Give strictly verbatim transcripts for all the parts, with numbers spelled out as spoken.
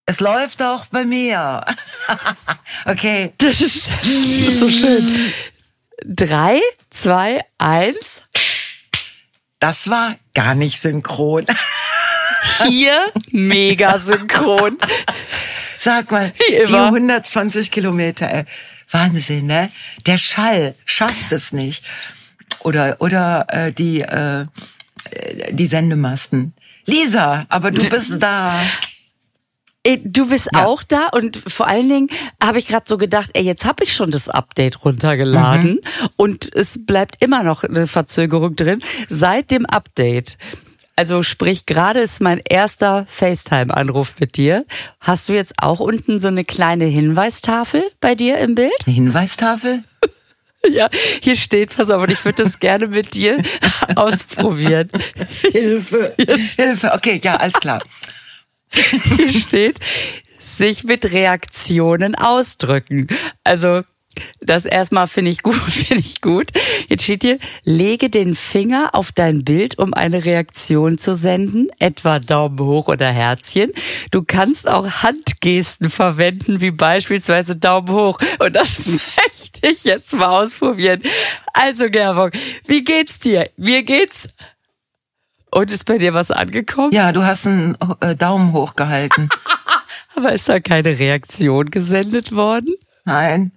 Es läuft auch bei mir. Okay. Das ist, das ist so schön. Drei, zwei, eins. Das war gar nicht synchron. Hier mega synchron. Sag mal, die hundertzwanzig Kilometer, ey. Wahnsinn, ne? Der Schall schafft es nicht. Oder oder äh, die äh, die Sendemasten. Lisa, aber du bist da. Du bist ja auch da und vor allen Dingen habe ich gerade so gedacht, ey, jetzt habe ich schon das Update runtergeladen mhm. und es bleibt immer noch eine Verzögerung drin seit dem Update. Also sprich, gerade ist mein erster FaceTime-Anruf mit dir. Hast du jetzt auch unten so eine kleine Hinweistafel bei dir im Bild? Eine Hinweistafel? Ja, hier steht, pass auf, und ich würde das gerne mit dir ausprobieren. Hilfe, Hilfe, okay, ja, alles klar. Hier steht, sich mit Reaktionen ausdrücken. Also das erstmal finde ich gut, finde ich gut. Jetzt steht hier, lege den Finger auf dein Bild, um eine Reaktion zu senden, etwa Daumen hoch oder Herzchen. Du kannst auch Handgesten verwenden, wie beispielsweise Daumen hoch. Und das möchte ich jetzt mal ausprobieren. Also Gerwog, wie geht's dir? Mir geht's... Und ist bei dir was angekommen? Ja, du hast einen äh, Daumen hoch gehalten. Aber ist da keine Reaktion gesendet worden? Nein.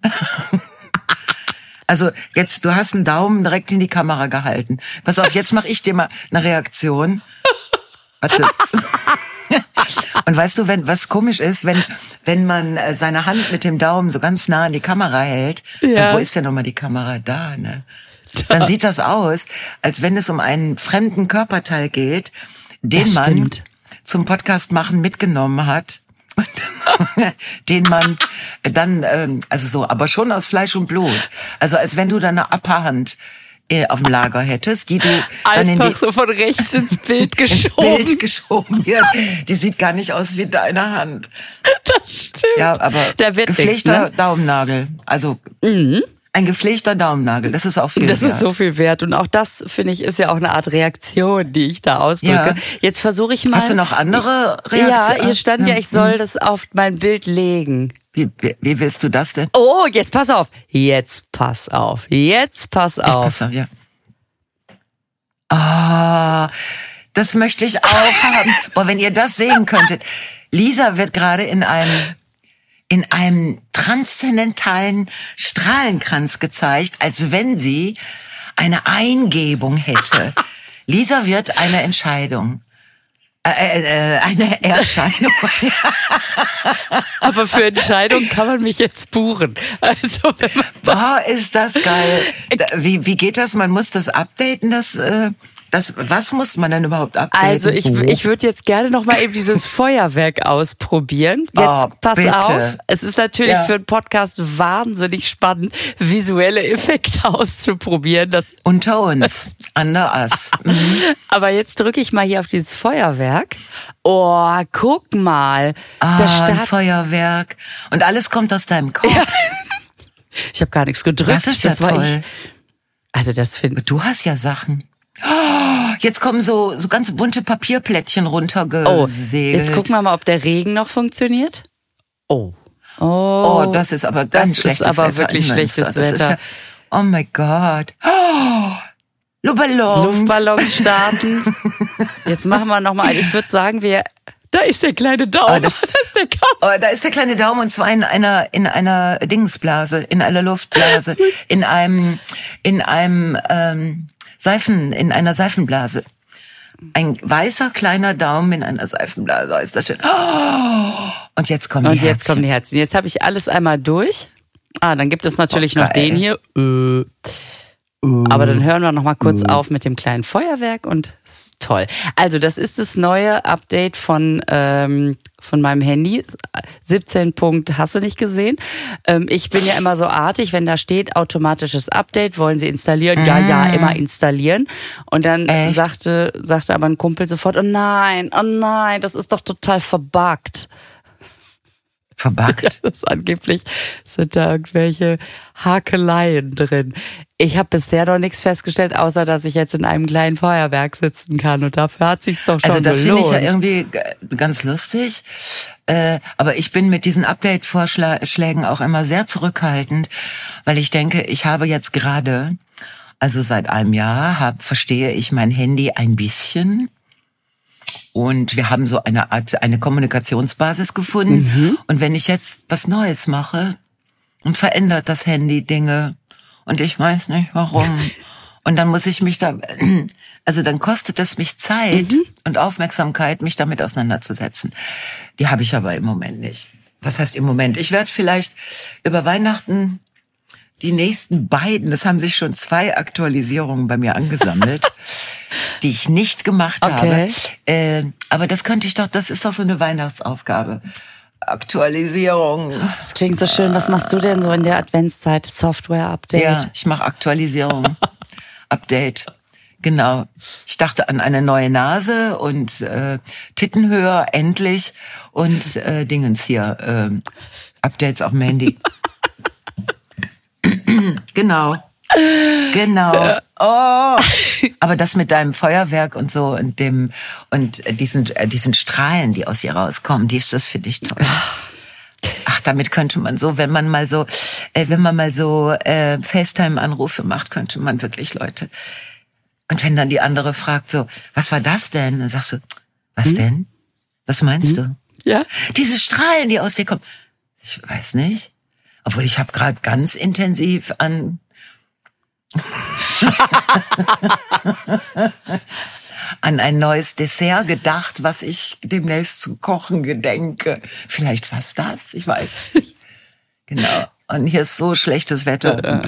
Also jetzt, du hast einen Daumen direkt in die Kamera gehalten. Pass auf, jetzt mache ich dir mal eine Reaktion. Warte. Und weißt du, wenn was komisch ist, wenn wenn man seine Hand mit dem Daumen so ganz nah an die Kamera hält, ja. Wo ist denn nochmal die Kamera da, ne? Dann sieht das aus, als wenn es um einen fremden Körperteil geht, den das man stimmt. zum Podcast machen mitgenommen hat, den man dann, ähm, also so, aber schon aus Fleisch und Blut. Also als wenn du deine Abhand äh, auf dem Lager hättest, die du dann in die, so von rechts ins Bild geschoben. ins Bild geschoben wird. Die sieht gar nicht aus wie deine Hand. Das stimmt. Ja, aber da wird gepflegter nichts, ne? Daumennagel, also Mhm. ein gepflegter Daumennagel, das ist auch viel Das wert. ist so viel wert. Und auch das, finde ich, ist ja auch eine Art Reaktion, die ich da ausdrücke. Ja. Jetzt versuche ich mal... Hast du noch andere Reaktionen? Ja, hier stand ja, ich soll das auf mein Bild legen. Wie, wie, wie willst du das denn? Oh, jetzt pass auf. Jetzt pass auf. Jetzt pass auf. Ich pass auf, ja. Ah, das möchte ich auch haben. Boah, wenn ihr das sehen könntet. Lisa wird gerade in einem... in einem transzendentalen Strahlenkranz gezeigt, als wenn sie eine Eingebung hätte. Lisa wird eine Entscheidung. Äh, äh, eine Erscheinung. Aber für Entscheidungen kann man mich jetzt buchen. Also, wenn man Boah, ist das geil. Wie, wie geht das? Man muss das updaten, das... Äh Das, was muss man denn überhaupt updaten? Also ich, ich würde jetzt gerne noch mal eben dieses Feuerwerk ausprobieren. Jetzt oh, pass bitte. auf, es ist natürlich ja. für einen Podcast wahnsinnig spannend, visuelle Effekte auszuprobieren. Das Unter uns, under us. Mhm. Aber jetzt drücke ich mal hier auf dieses Feuerwerk. Oh, guck mal. Ah, das ein Start- Feuerwerk. Und alles kommt aus deinem Kopf. Ja. Ich habe gar nichts gedrückt. Das ist ja das war toll. Ich. Also das finde Du hast ja Sachen. Oh, jetzt kommen so, so ganz bunte Papierplättchen Oh, runtergesegelt. jetzt gucken wir mal, ob der Regen noch funktioniert. Oh. Oh, Oh, das ist aber ganz das schlechtes ist aber Wetter wirklich in Münster. schlechtes Das ist Wetter. ja, oh mein Gott. Oh, Luftballons. Luftballons starten. Jetzt machen wir noch mal. Ich würde sagen, wir. Da ist der kleine Daumen. Oh, das, da ist der Daumen. Oh, da ist der kleine Daumen und zwar in einer in einer Dingsblase, in einer Luftblase, in einem in einem ähm, Seifen in einer Seifenblase. Ein weißer kleiner Daumen in einer Seifenblase, ist das schön. Oh, und jetzt kommen die Und jetzt Herzchen. kommen die Herzen. Jetzt habe ich alles einmal durch. Ah, dann gibt es natürlich Oh, noch geil. den hier. Äh. Aber dann hören wir noch mal kurz auf mit dem kleinen Feuerwerk und ist toll. Also das ist das neue Update von ähm, von meinem Handy. siebzehn Punkt hast du nicht gesehen. Ähm, ich bin ja immer so artig, wenn da steht automatisches Update, wollen Sie installieren? Ja, ja, immer installieren. Und dann Echt? sagte sagte aber ein Kumpel sofort, oh nein, oh nein, das ist doch total verbuggt. Verbuggt? Das ist angeblich sind da irgendwelche Hakeleien drin. Ich habe bisher noch nichts festgestellt, außer dass ich jetzt in einem kleinen Feuerwerk sitzen kann. Und dafür hat sich's doch schon Also das gelohnt. finde ich ja irgendwie g- ganz lustig. Äh, aber ich bin mit diesen Update-Vorschlägen auch immer sehr zurückhaltend, weil ich denke, ich habe jetzt gerade, also seit einem Jahr, hab, verstehe ich mein Handy ein bisschen. Und wir haben so eine Art, eine Kommunikationsbasis gefunden. Mhm. Und wenn ich jetzt was Neues mache, und verändert das Handy Dinge und ich weiß nicht warum. Und dann muss ich mich da, also dann kostet es mich Zeit mhm. und Aufmerksamkeit, mich damit auseinanderzusetzen. Die habe ich aber im Moment nicht. Was heißt im Moment? Ich werde vielleicht über Weihnachten die nächsten beiden, das haben sich schon zwei Aktualisierungen bei mir angesammelt, die ich nicht gemacht okay. habe. Äh, aber das könnte ich doch, das ist doch so eine Weihnachtsaufgabe. Aktualisierung. Das klingt so schön. Was machst du denn so in der Adventszeit? Software-Update? Ja, ich mache Aktualisierung. Update. Genau. Ich dachte an eine neue Nase und äh, Tittenhöhe endlich und äh, Dingens hier. Äh, Updates auf dem Handy. Genau. Genau. Oh. Aber das mit deinem Feuerwerk und so und dem und diesen diesen Strahlen, die aus ihr rauskommen, die ist das für dich toll. Ach, damit könnte man so, wenn man mal so, äh, wenn man mal so äh, FaceTime-Anrufe macht, könnte man wirklich Leute. Und wenn dann die andere fragt so, was war das denn? Dann sagst du, was hm? denn? Was meinst hm? du? Ja. Diese Strahlen, die aus dir kommen. Ich weiß nicht. Obwohl ich habe gerade ganz intensiv an an ein neues Dessert gedacht, was ich demnächst zu kochen gedenke. Vielleicht war's das, ich weiß es nicht. Genau. Und hier ist so schlechtes Wetter.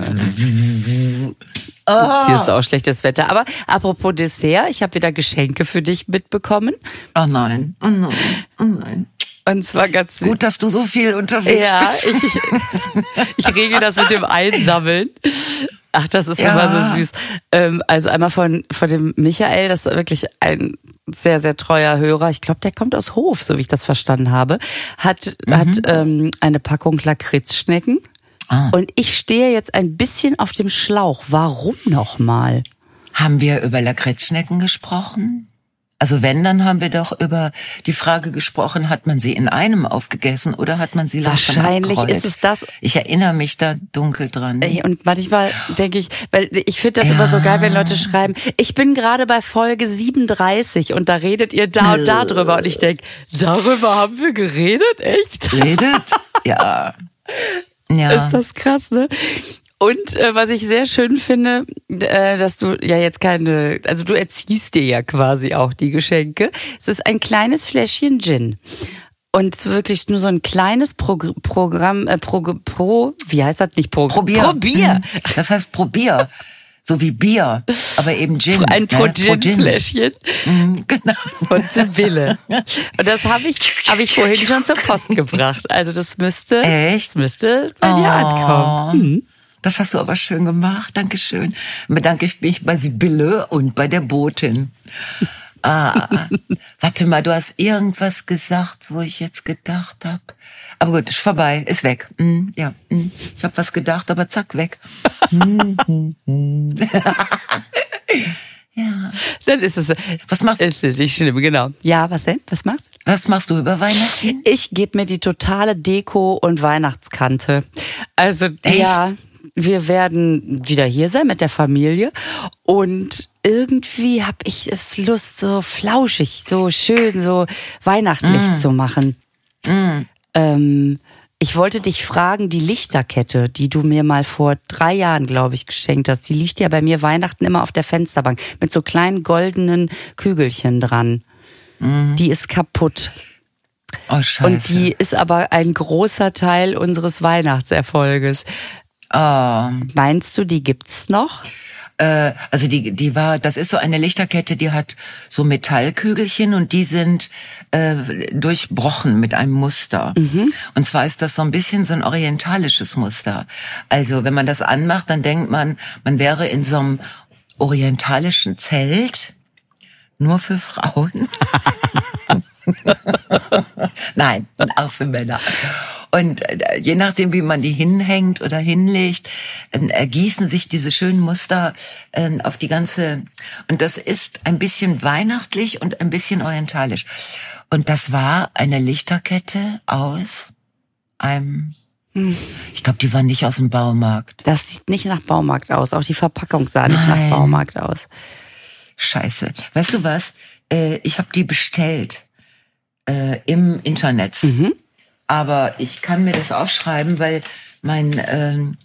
Oh. Hier ist auch schlechtes Wetter. Aber apropos Dessert, ich habe wieder Geschenke für dich mitbekommen. Oh nein, oh nein, oh nein. Und zwar ganz gut, dass du so viel unterwegs ja, bist. Ich, ich regel das mit dem Einsammeln. Ach, das ist ja. immer so süß. Ähm, also einmal von von dem Michael, das ist wirklich ein sehr, sehr treuer Hörer. Ich glaube, der kommt aus Hof, so wie ich das verstanden habe. Hat mhm. hat ähm, eine Packung Lakritzschnecken. Ah. Und ich stehe jetzt ein bisschen auf dem Schlauch. Warum nochmal? Haben wir über Lakritzschnecken gesprochen? Also wenn, dann haben wir doch über die Frage gesprochen, hat man sie in einem aufgegessen oder hat man sie langsam Wahrscheinlich abgerollt? Ist es das. Ich erinnere mich da dunkel dran. Und manchmal denke ich, weil ich finde das ja. immer so geil, wenn Leute schreiben, ich bin gerade bei Folge siebenunddreißig und da redet ihr da und da drüber. Und ich denke, darüber haben wir geredet? Echt? Redet? Ja. Ja. Ist das krass, ne? Und äh, was ich sehr schön finde, äh, dass du ja jetzt keine, also du erziehst dir ja quasi auch die Geschenke. Es ist ein kleines Fläschchen Gin. Und es ist wirklich nur so ein kleines Pro Programm, äh, Pro, Pro, wie heißt das nicht? Pro Probier. Probier. Das heißt Probier. So wie Bier, aber eben Gin. Ein Pro-Gin-Fläschchen. Mhm, genau. Von Sibylle. Und das habe ich, hab ich vorhin schon zur Post gebracht. Also das müsste, Echt? Das müsste bei dir oh. ankommen. Mhm. Das hast du aber schön gemacht. Dankeschön. Dann bedanke ich mich bei Sibylle und bei der Botin. Ah, warte mal, du hast irgendwas gesagt, wo ich jetzt gedacht habe. Aber gut, ist vorbei, ist weg. Mm, ja, mm. Ich habe was gedacht, aber zack, weg. Ja. Dann ist es. Was machst du? Ist nicht schlimm, genau. Ja, was denn? Was macht? Was machst du über Weihnachten? Ich gebe mir die totale Deko- und Weihnachtskante. Also, Echt? ja, wir werden wieder hier sein mit der Familie und irgendwie habe ich es Lust, so flauschig, so schön, so weihnachtlich mm. zu machen. Mm. Ähm, ich wollte dich fragen, die Lichterkette, die du mir mal vor drei Jahren, glaube ich, geschenkt hast, die liegt ja bei mir Weihnachten immer auf der Fensterbank mit so kleinen goldenen Kügelchen dran. Mm. Die ist kaputt. Oh, scheiße. Und die ist aber ein großer Teil unseres Weihnachtserfolges. Oh. Meinst du, die gibt's noch? Äh, also die, die war, das ist so eine Lichterkette, die hat so Metallkügelchen und die sind äh, durchbrochen mit einem Muster. Mhm. Und zwar ist das so ein bisschen so ein orientalisches Muster. Also wenn man das anmacht, dann denkt man, man wäre in so einem orientalischen Zelt, nur für Frauen. Nein, auch für Männer. Und äh, je nachdem, wie man die hinhängt oder hinlegt, äh, ergießen sich diese schönen Muster äh, auf die ganze, und das ist ein bisschen weihnachtlich und ein bisschen orientalisch. Und das war eine Lichterkette aus einem, hm. ich glaube, die war nicht aus dem Baumarkt. Das sieht nicht nach Baumarkt aus, auch die Verpackung sah nicht Nein. nach Baumarkt aus. Scheiße. Weißt du was? Äh, ich habe die bestellt äh, im Internet. Mhm. Aber ich kann mir das aufschreiben, weil mein ähm,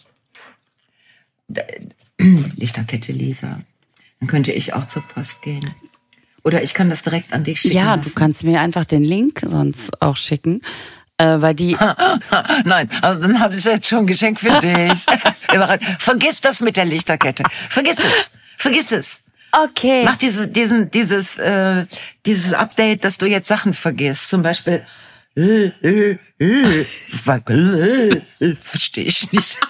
Lichterkette Lisa, dann könnte ich auch zur Post gehen. Oder ich kann das direkt an dich schicken. Ja, lassen. du kannst mir einfach den Link sonst auch schicken. Äh, weil die Nein, also dann habe ich jetzt schon ein Geschenk für dich. Vergiss das mit der Lichterkette. Vergiss es. Vergiss es. Okay. Mach diese, diesen, dieses, äh, dieses Update, dass du jetzt Sachen vergisst. Zum Beispiel, äh, äh, äh, äh, äh, verstehe ich nicht.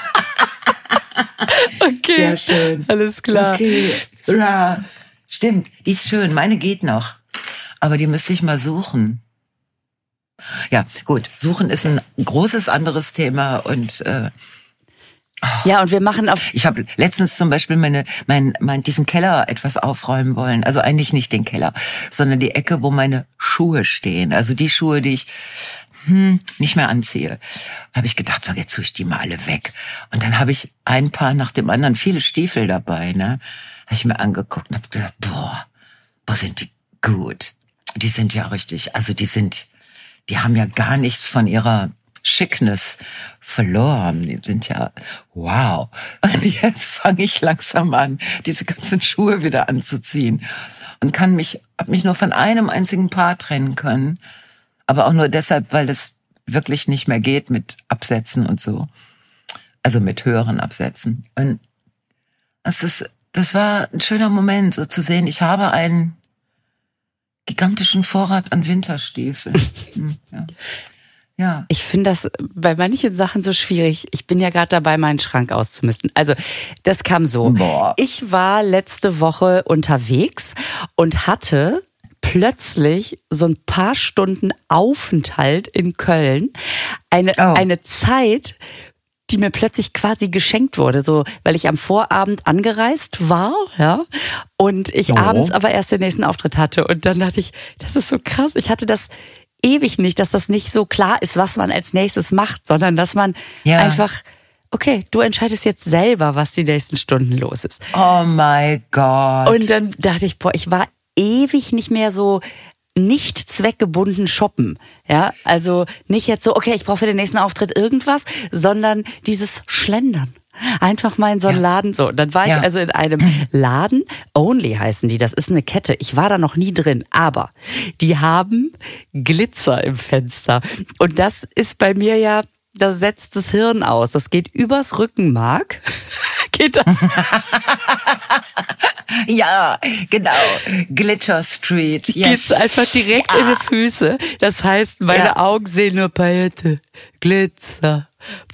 Okay. Sehr schön. Alles klar. Okay. Ja, stimmt. Die ist schön. Meine geht noch. Aber die müsste ich mal suchen. Ja, gut. Suchen ist ein großes anderes Thema und äh, ja, und wir machen auf. Ich habe letztens zum Beispiel meine, mein, mein, diesen Keller etwas aufräumen wollen. Also eigentlich nicht den Keller, sondern die Ecke, wo meine Schuhe stehen. Also die Schuhe, die ich hm, nicht mehr anziehe. Habe ich gedacht, so jetzt tue ich die mal alle weg. Und dann habe ich ein Paar nach dem anderen, viele Stiefel dabei, ne? Habe ich mir angeguckt und habe gedacht, boah, boah, sind die gut. Die sind ja richtig, also die sind, die haben ja gar nichts von ihrer Schickness verloren. Die sind ja, wow. Und jetzt fange ich langsam an, diese ganzen Schuhe wieder anzuziehen. Und kann mich, hab mich nur von einem einzigen Paar trennen können. Aber auch nur deshalb, weil es wirklich nicht mehr geht mit Absätzen und so. Also mit höheren Absätzen. Und das ist, das war ein schöner Moment, so zu sehen, ich habe einen gigantischen Vorrat an Winterstiefeln. Hm, ja. Ja. Ich finde das bei manchen Sachen so schwierig. Ich bin ja gerade dabei, meinen Schrank auszumisten. Also, das kam so. Boah. Ich war letzte Woche unterwegs und hatte plötzlich so ein paar Stunden Aufenthalt in Köln. Eine, oh. eine Zeit, die mir plötzlich quasi geschenkt wurde, so, weil ich am Vorabend angereist war, ja, und ich oh. abends aber erst den nächsten Auftritt hatte. Und dann dachte ich, das ist so krass. Ich hatte das ewig nicht, dass das nicht so klar ist, was man als nächstes macht, sondern dass man ja. einfach, okay, du entscheidest jetzt selber, was die nächsten Stunden los ist. Oh my God. Und dann dachte ich, boah, ich war ewig nicht mehr so nicht zweckgebunden shoppen, ja, also nicht jetzt so, okay, ich brauche für den nächsten Auftritt irgendwas, sondern dieses Schlendern. Einfach mal in so einen ja. Laden, so. Dann war ja. ich also in einem Laden, Only heißen die, das ist eine Kette. Ich war da noch nie drin, aber die haben Glitzer im Fenster. Und das ist bei mir ja, da setzt das Hirn aus. Das geht übers Rückenmark. Geht das? Ja, genau. Glitcher Street. Yes. Geht's einfach direkt ja. in die Füße. Das heißt, meine ja. Augen sehen nur Paillette, Glitzer.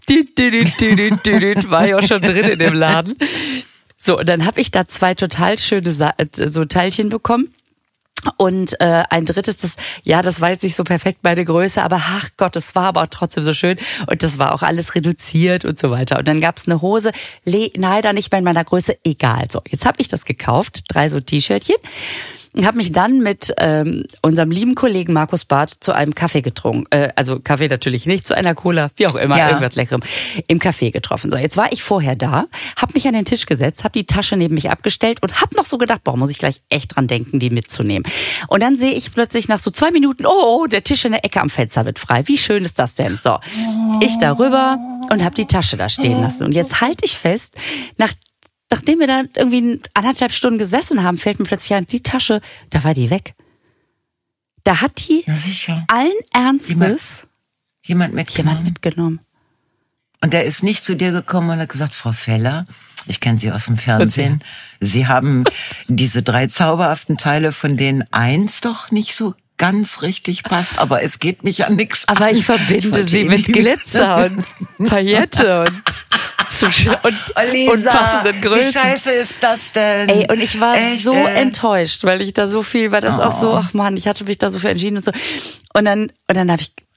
War ja auch schon drin in dem Laden. So, und dann habe ich da zwei total schöne Sa- so Teilchen bekommen. Und äh, ein drittes, das, ja, das war jetzt nicht so perfekt meine Größe, aber ach Gott, es war aber auch trotzdem so schön. Und das war auch alles reduziert und so weiter. Und dann gab's eine Hose, le- leider nicht mehr in meiner Größe, egal. So, jetzt habe ich das gekauft, drei so T-Shirtchen. Und habe mich dann mit ähm, unserem lieben Kollegen Markus Barth zu einem Kaffee getrunken. Äh, also Kaffee natürlich nicht, zu einer Cola, wie auch immer, ja. irgendwas Leckerem, im Café getroffen. So, jetzt war ich vorher da, habe mich an den Tisch gesetzt, habe die Tasche neben mich abgestellt und habe noch so gedacht, boah, muss ich gleich echt dran denken, die mitzunehmen. Und dann sehe ich plötzlich nach so zwei Minuten, oh, der Tisch in der Ecke am Fenster wird frei. Wie schön ist das denn? So, ich darüber und habe die Tasche da stehen lassen. Und jetzt halte ich fest, nach Nachdem wir da irgendwie anderthalb Stunden gesessen haben, fällt mir plötzlich ein, die Tasche, da war die weg. Da hat die ja, allen Ernstes jemand, jemand, mitgenommen. jemand mitgenommen. Und der ist nicht zu dir gekommen und hat gesagt, Frau Feller, ich kenne Sie aus dem Fernsehen, Sie haben diese drei zauberhaften Teile, von denen eins doch nicht so ganz richtig passt, aber es geht mich an nichts an. Aber ich verbinde sie mit Glitzer und Paillette und zu und, oh, Lisa, und passenden Größen. Wie scheiße ist das denn? Ey, und ich war Echt, so äh? enttäuscht, weil ich da so viel, weil das oh. auch so, ach Mann, ich hatte mich da so für entschieden und so. Und dann, und dann habe ich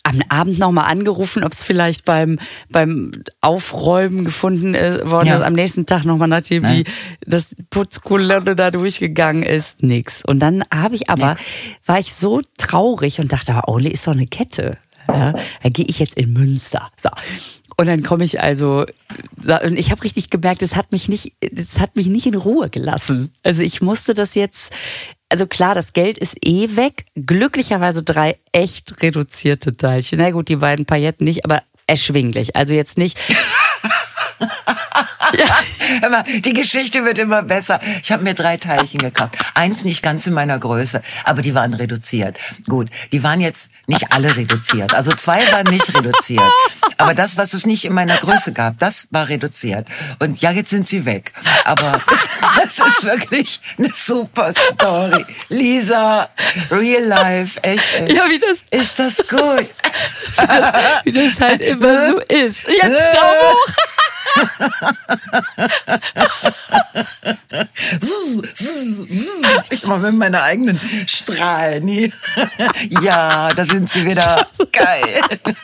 am Abend nochmal angerufen, ob es vielleicht beim beim Aufräumen gefunden ist, worden Ja. ist. Am nächsten Tag nochmal, nachdem Nein. die das Putzkolonne da durchgegangen ist, nix. Und dann habe ich aber, Nix. war ich so traurig und dachte, aber Ole ist doch eine Kette. Ja, da gehe ich jetzt in Münster. So. Und dann komme ich also, und ich habe richtig gemerkt, es hat mich nicht, es hat mich nicht in Ruhe gelassen. Also ich musste das jetzt, also klar, das Geld ist eh weg. Glücklicherweise drei echt reduzierte Teilchen. Na gut, die beiden Pailletten nicht, aber erschwinglich. Also jetzt nicht. Hör mal, die Geschichte wird immer besser. Ich habe mir drei Teilchen gekauft. Eins nicht ganz in meiner Größe, aber die waren reduziert. Gut, die waren jetzt nicht alle reduziert. Also zwei waren nicht reduziert. Aber das, was es nicht in meiner Größe gab, das war reduziert. Und ja, jetzt sind sie weg. Aber das ist wirklich eine super Story. Lisa, real life, echt. echt. Ja, wie das, Ist das gut? wie das halt immer so ist. Jetzt Daumen hoch. Ich mal mit meiner eigenen Strahlen hier. Ja, da sind sie wieder. Geil.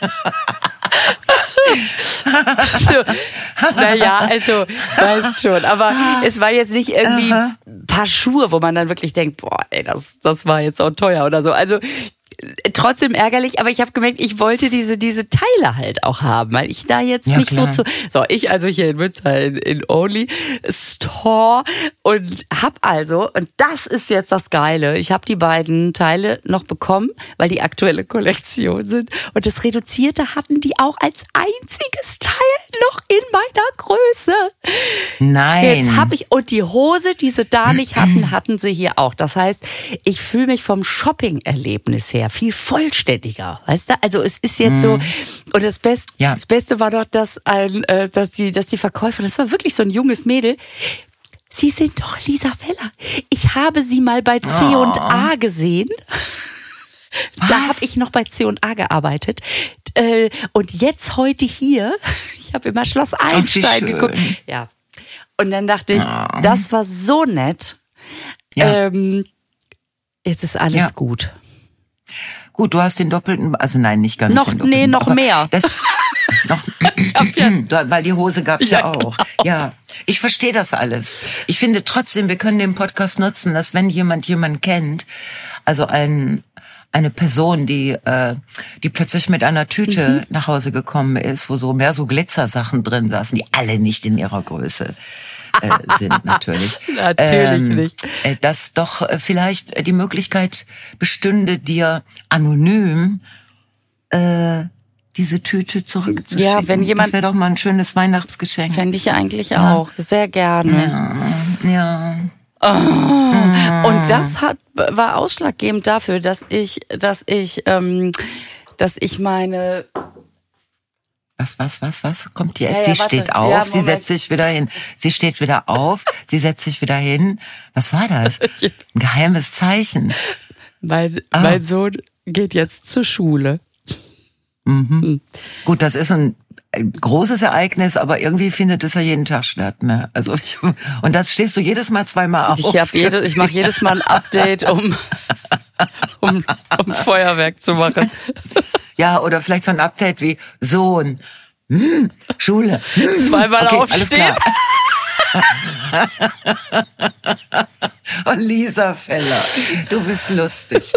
So, naja, also, weißt schon. Aber es war jetzt nicht irgendwie ein paar Schuhe, wo man dann wirklich denkt, boah, ey, das, das war jetzt auch teuer oder so. Also, trotzdem ärgerlich, aber ich habe gemerkt, ich wollte diese diese Teile halt auch haben, weil ich da jetzt Ja, nicht klar. so zu... So, ich also hier in Münster in, in Only Store und hab also, und das ist jetzt das Geile, ich habe die beiden Teile noch bekommen, weil die aktuelle Kollektion sind und das Reduzierte hatten die auch als einziges Teil noch in meiner Größe. Nein. Jetzt habe ich, und die Hose, die sie da nicht hatten, hatten sie hier auch. Das heißt, ich fühle mich vom Shopping-Erlebnis her viel vollständiger, weißt du? Also es ist jetzt so, und das Beste, Ja. das Beste war doch, dass ein, äh, dass die, dass die Verkäuferin, das war wirklich so ein junges Mädel. Sie sind doch Lisa Feller. Ich habe sie mal bei C und A gesehen. Da Was? habe ich noch bei C und A gearbeitet. Äh, Und jetzt heute hier, ich habe immer Schloss Einstein schön. geguckt. Ja. Und dann dachte ich, das war so nett. Ja. Ähm, jetzt ist alles Ja. gut. Gut, du hast den doppelten, also nein, nicht ganz Noch- den doppelten. nee, noch aber mehr. Das, noch, Du- weil die Hose gab's ja, Ja, auch. Ja, ich verstehe das alles. Ich finde trotzdem, wir können den Podcast nutzen, dass wenn jemand jemanden kennt, also ein eine Person, die äh, die plötzlich mit einer Tüte Mhm. nach Hause gekommen ist, wo so mehr so Glitzersachen drin saßen, die alle nicht in ihrer Größe äh, sind natürlich. Natürlich nicht. Äh, dass doch äh, vielleicht äh, die Möglichkeit bestünde, dir anonym äh, diese Tüte zurückzuschicken. Ja, wenn jemand- das wäre doch mal ein schönes Weihnachtsgeschenk. Fände ich ja eigentlich auch. Sehr gerne. Ja. Und das hat, war ausschlaggebend dafür, dass ich, dass ich, ähm, dass ich meine, Was, was, was, was kommt hier? Ja, sie ja, warte. steht auf, Ja, sie Moment. setzt sich wieder hin. Sie steht wieder auf, sie setzt sich wieder hin. Was war das? Ein geheimes Zeichen. mein, Ah. mein Sohn geht jetzt zur Schule. Gut, das ist ein äh, großes Ereignis, aber irgendwie findet es ja jeden Tag statt. Ne? Also ich, und da stehst du jedes Mal zweimal auf. Ich habe jede, ich mache jedes Mal ein Update, um, um, um Feuerwerk zu machen. Ja, oder vielleicht so ein Update wie Sohn, hm, Schule. Hm, Zweimal okay, aufstehen. Alles klar. Und Lisa Feller, du bist lustig.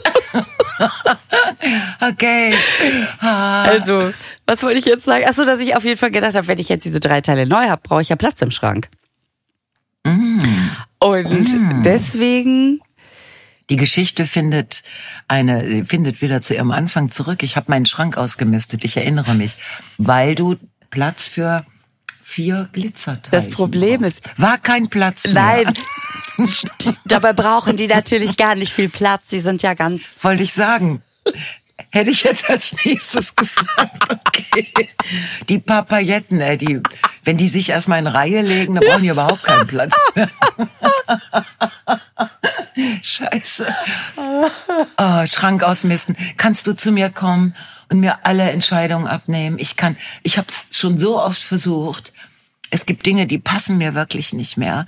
Okay. Ah. Also, was wollte ich jetzt sagen? Achso, dass ich auf jeden Fall gedacht habe, wenn ich jetzt diese drei Teile neu habe, brauche ich ja Platz im Schrank. Und deswegen, Die Geschichte findet eine findet wieder zu ihrem Anfang zurück. Ich habe meinen Schrank ausgemistet, ich erinnere mich, weil du Platz für vier Glitzerteilchen das Problem brauchst. ist, War kein Platz mehr. nein, die, dabei brauchen die natürlich gar nicht viel Platz. Die sind ja ganz, Wollte ich sagen. Hätte ich jetzt als nächstes gesagt. Okay. Die Papayetten, ey, die, wenn die sich erstmal in Reihe legen, dann brauchen die überhaupt keinen Platz mehr. Scheiße. Oh, Schrank ausmisten. Kannst du zu mir kommen und mir alle Entscheidungen abnehmen? Ich kann, ich habe es schon so oft versucht. Es gibt Dinge, die passen mir wirklich nicht mehr.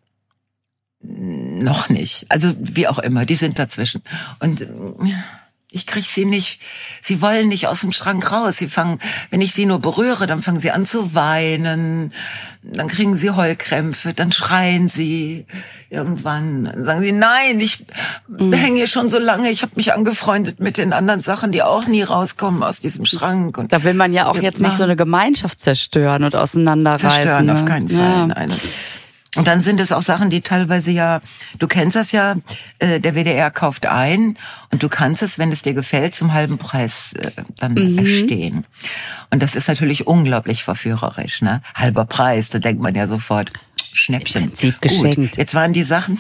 Noch nicht. Also wie auch immer, die sind dazwischen. Und Ich krieg sie nicht, sie wollen nicht aus dem Schrank raus. Sie fangen, wenn ich sie nur berühre, dann fangen sie an zu weinen, dann kriegen sie Heulkrämpfe, dann schreien sie. Irgendwann sagen sie, nein, ich mhm. hänge hier schon so lange, ich habe mich angefreundet mit den anderen Sachen, die auch nie rauskommen aus diesem Schrank. Und da will man ja auch jetzt nicht so eine Gemeinschaft zerstören und auseinanderreißen. Zerstören, ne? auf keinen Fall. Ja. Nein. Und dann sind es auch Sachen, die teilweise ja, du kennst das ja, äh, der W D R kauft ein und du kannst es, wenn es dir gefällt, zum halben Preis äh, dann mhm. erstehen. Und das ist natürlich unglaublich verführerisch, ne? Halber Preis, da denkt man ja sofort, Schnäppchen. Im Prinzip geschenkt. Gut, jetzt waren die Sachen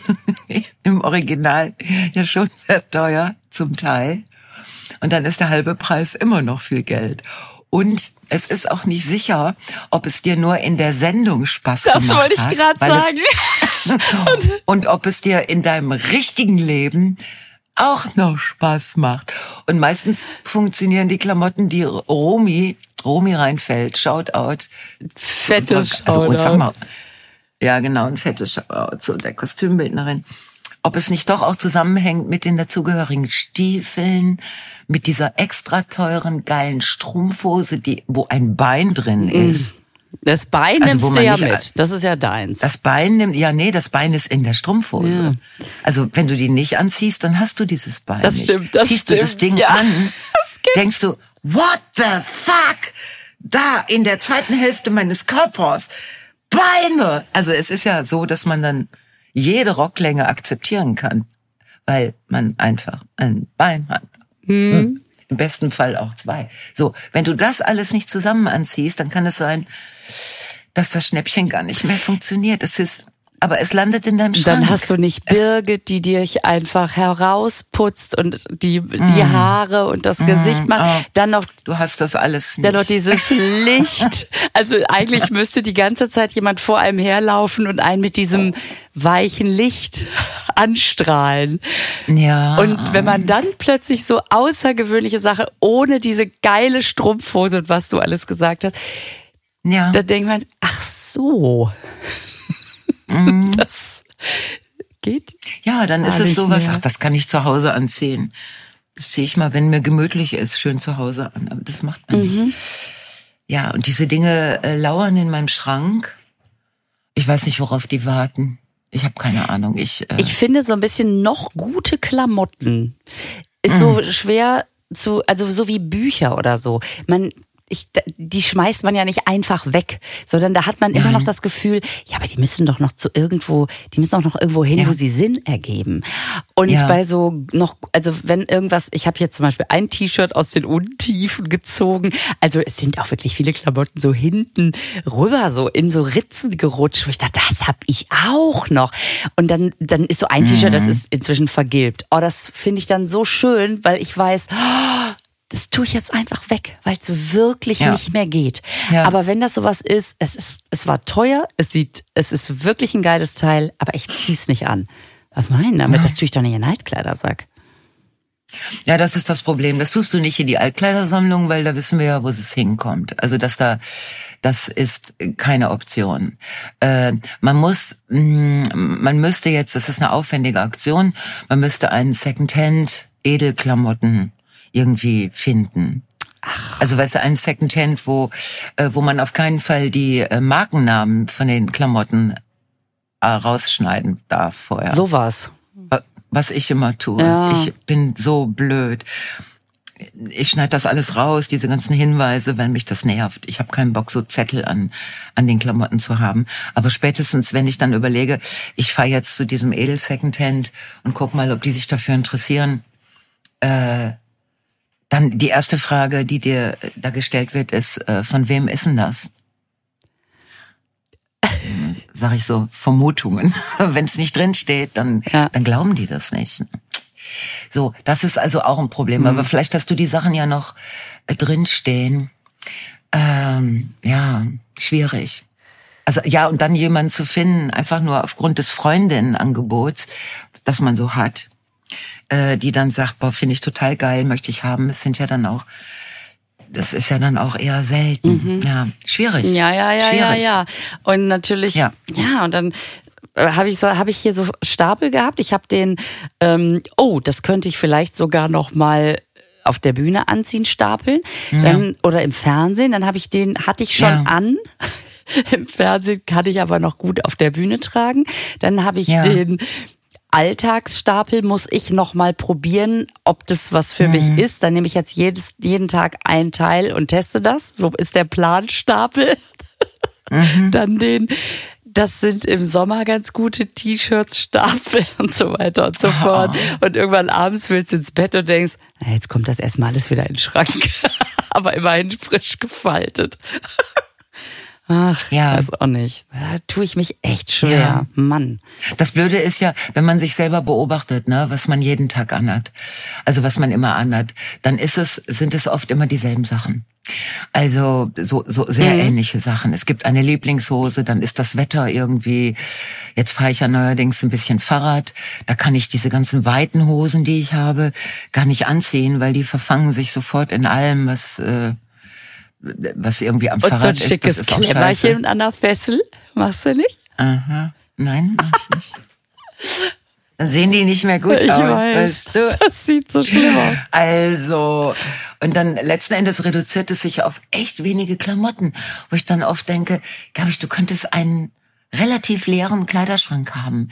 im Original ja schon sehr teuer, zum Teil. Und dann ist der halbe Preis immer noch viel Geld. Und es ist auch nicht sicher, ob es dir nur in der Sendung Spaß das gemacht hat. Das wollte ich gerade sagen. Es, und ob es dir in deinem richtigen Leben auch noch Spaß macht. Und meistens funktionieren die Klamotten, die Romy, Romy Reinfeldt, Shoutout. Fettes also, Shoutout. Und sag mal, ja genau, ein fettes Shoutout zu der Kostümbildnerin. Ob es nicht doch auch zusammenhängt mit den dazugehörigen Stiefeln, mit dieser extra teuren, geilen Strumpfhose, die, wo ein Bein drin ist. Das Bein also, nimmst du ja nicht, mit. Das ist ja deins. Das Bein nimmt, ja nee, das Bein ist in der Strumpfhose. Ja. Also wenn du die nicht anziehst, dann hast du dieses Bein das nicht. Stimmt, das Ziehst stimmt. du das Ding ja. an, denkst du, what the fuck? Da, in der zweiten Hälfte meines Körpers, Beine! Also es ist ja so, dass man dann jede Rocklänge akzeptieren kann, weil man einfach ein Bein hat. Hm. Hm. Im besten Fall auch zwei. So, wenn du das alles nicht zusammen anziehst, dann kann es sein, dass das Schnäppchen gar nicht mehr funktioniert. Es ist, aber es landet in deinem Schrank. Dann hast du nicht Birgit, die dich einfach herausputzt und die, die mm. Haare und das mm. Gesicht macht. Oh. Dann noch. Du hast das alles nicht. Dann noch dieses Licht. Also eigentlich müsste die ganze Zeit jemand vor einem herlaufen und einen mit diesem weichen Licht anstrahlen. Ja. Und wenn man dann plötzlich so außergewöhnliche Sache ohne diese geile Strumpfhose und was du alles gesagt hast, ja. da denkt man, ach so. Mm. Das geht. Ja, dann ist es sowas, ach, das kann ich zu Hause anziehen. Das ziehe ich mal, wenn mir gemütlich ist, schön zu Hause an. Aber das macht man mhm. nicht. Ja, und diese Dinge äh, lauern in meinem Schrank. Ich weiß nicht, worauf die warten. Ich habe keine Ahnung. Ich, äh ich finde so ein bisschen noch gute Klamotten ist mm. so schwer zu, also so wie Bücher oder so. Man Ich, die schmeißt man ja nicht einfach weg, sondern da hat man immer Nein. noch das Gefühl, ja, aber die müssen doch noch zu irgendwo, die müssen doch noch irgendwo hin, ja. wo sie Sinn ergeben. Und ja. bei so noch, also wenn irgendwas, ich habe hier zum Beispiel ein T-Shirt aus den Untiefen gezogen, also es sind auch wirklich viele Klamotten so hinten rüber, so in so Ritzen gerutscht, wo ich dachte, das hab ich auch noch. Und dann, dann ist so ein mhm. T-Shirt, das ist inzwischen vergilbt. Oh, das finde ich dann so schön, weil ich weiß, oh, das tue ich jetzt einfach weg, weil es wirklich ja. nicht mehr geht. Ja. Aber wenn das sowas ist, es ist, es war teuer, es sieht, es ist wirklich ein geiles Teil, aber ich zieh's nicht an. Was meinen damit? Ja. Das tue ich doch nicht in den Altkleidersack. Ja, das ist das Problem. Das tust du nicht in die Altkleidersammlung, weil da wissen wir ja, wo es hinkommt. Also, dass da, das ist keine Option. Äh, man muss, mh, man müsste jetzt, das ist eine aufwendige Aktion, man müsste einen Secondhand Edelklamotten irgendwie finden. Ach. Also weißt du, ein Secondhand, wo äh, wo man auf keinen Fall die äh, Markennamen von den Klamotten äh, rausschneiden darf vorher. Sowas. Was ich immer tue. Ja. Ich bin so blöd. Ich schneide das alles raus, diese ganzen Hinweise, wenn mich das nervt. Ich habe keinen Bock, so Zettel an an den Klamotten zu haben. Aber spätestens, wenn ich dann überlege, ich fahre jetzt zu diesem Edel Secondhand und guck mal, ob die sich dafür interessieren, äh, dann die erste Frage, die dir da gestellt wird, ist, äh, von wem ist denn das? Sag ich so, Vermutungen. Wenn es nicht drin steht, dann, ja. dann glauben die das nicht. So, das ist also auch ein Problem. Mhm. Aber vielleicht hast du die Sachen ja noch äh, drin stehen. Ähm, ja, schwierig. Also ja, und dann jemanden zu finden, einfach nur aufgrund des Freundinnenangebots, das man so hat, äh, die dann sagt, boah, finde ich total geil, möchte ich haben. Es sind ja dann auch, das ist ja dann auch eher selten. Mhm. Ja, schwierig. Ja, ja, ja, schwierig. ja, ja. Und natürlich, ja, ja und dann habe ich so, habe ich hier so Stapel gehabt. Ich habe den, ähm, oh, das könnte ich vielleicht sogar noch mal auf der Bühne anziehen, stapeln, dann, ja. oder im Fernsehen, dann habe ich den, hatte ich schon ja. an. Im Fernsehen kann ich aber noch gut auf der Bühne tragen. Dann habe ich ja. den Alltagsstapel, muss ich noch mal probieren, ob das was für mhm. mich ist. Dann nehme ich jetzt jedes, jeden Tag ein Teil und teste das. So ist der Planstapel. Mhm. Dann den, das sind im Sommer ganz gute T-Shirts, Stapel und so weiter und so oh. fort. Und irgendwann abends willst du ins Bett und denkst, na, jetzt kommt das erstmal alles wieder in den Schrank. Aber immerhin frisch gefaltet. Ach, ja. Ich weiß auch nicht. Da tue ich mich echt schwer. Ja. Mann. Das Blöde ist ja, wenn man sich selber beobachtet, ne, was man jeden Tag anhat, also was man immer anhat, dann ist es, sind es oft immer dieselben Sachen. Also so so sehr mhm. ähnliche Sachen. Es gibt eine Lieblingshose, dann ist das Wetter irgendwie, jetzt fahre ich ja neuerdings ein bisschen Fahrrad, da kann ich diese ganzen weiten Hosen, die ich habe, gar nicht anziehen, weil die verfangen sich sofort in allem, was äh, was irgendwie am und Fahrrad so ein ist. Das ist auch scheiße. Klemmerchen an der Fessel, machst du nicht? Aha, nein, mach ich nicht. Dann sehen die nicht mehr gut ich aus, weiß, weißt du? Das sieht so schlimm aus. Also, und dann letzten Endes reduziert es sich auf echt wenige Klamotten, wo ich dann oft denke, glaube ich, du könntest einen relativ leeren Kleiderschrank haben.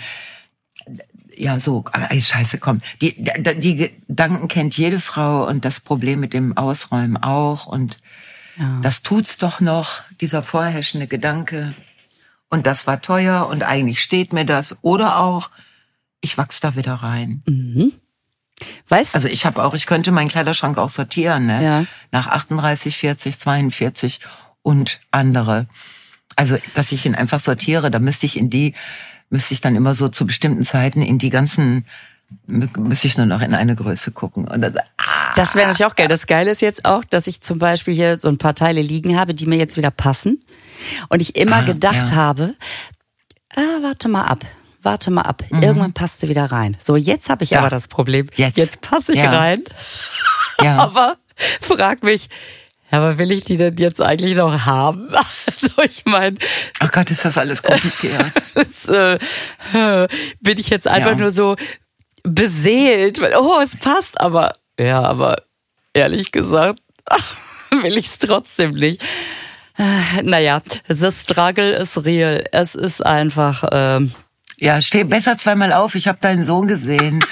Ja, so, ey, scheiße, komm. Die, die, die Gedanken kennt jede Frau und das Problem mit dem Ausräumen auch und ja. das tut's doch noch, dieser vorherrschende Gedanke. Und das war teuer und eigentlich steht mir das. Oder auch, ich wachs da wieder rein. Mhm. Weißt Also ich habe auch, ich könnte meinen Kleiderschrank auch sortieren, ne? Ja. Nach achtunddreißig, vierzig, zweiundvierzig und andere. Also, dass ich ihn einfach sortiere, da müsste ich in die, müsste ich dann immer so zu bestimmten Zeiten in die ganzen, müsste ich nur noch in eine Größe gucken. Und dann, ah. Das wäre natürlich auch geil. Das Geile ist jetzt auch, dass ich zum Beispiel hier so ein paar Teile liegen habe, die mir jetzt wieder passen. Und ich immer ah, gedacht ja. habe, ah, warte mal ab. Warte mal ab, mhm. irgendwann passt du wieder rein. So, jetzt habe ich ja. aber das Problem. Jetzt, jetzt passe ich ja. rein. Ja. Aber frag mich, aber will ich die denn jetzt eigentlich noch haben? Also ich meine... Ach Gott, ist das alles kompliziert. das, äh, bin ich jetzt einfach ja. nur so beseelt, weil, oh, es passt, aber... Ja, aber ehrlich gesagt will ich es trotzdem nicht. Naja, the struggle is real. Es ist einfach... Ähm, Ja, steh besser zweimal auf, ich habe deinen Sohn gesehen.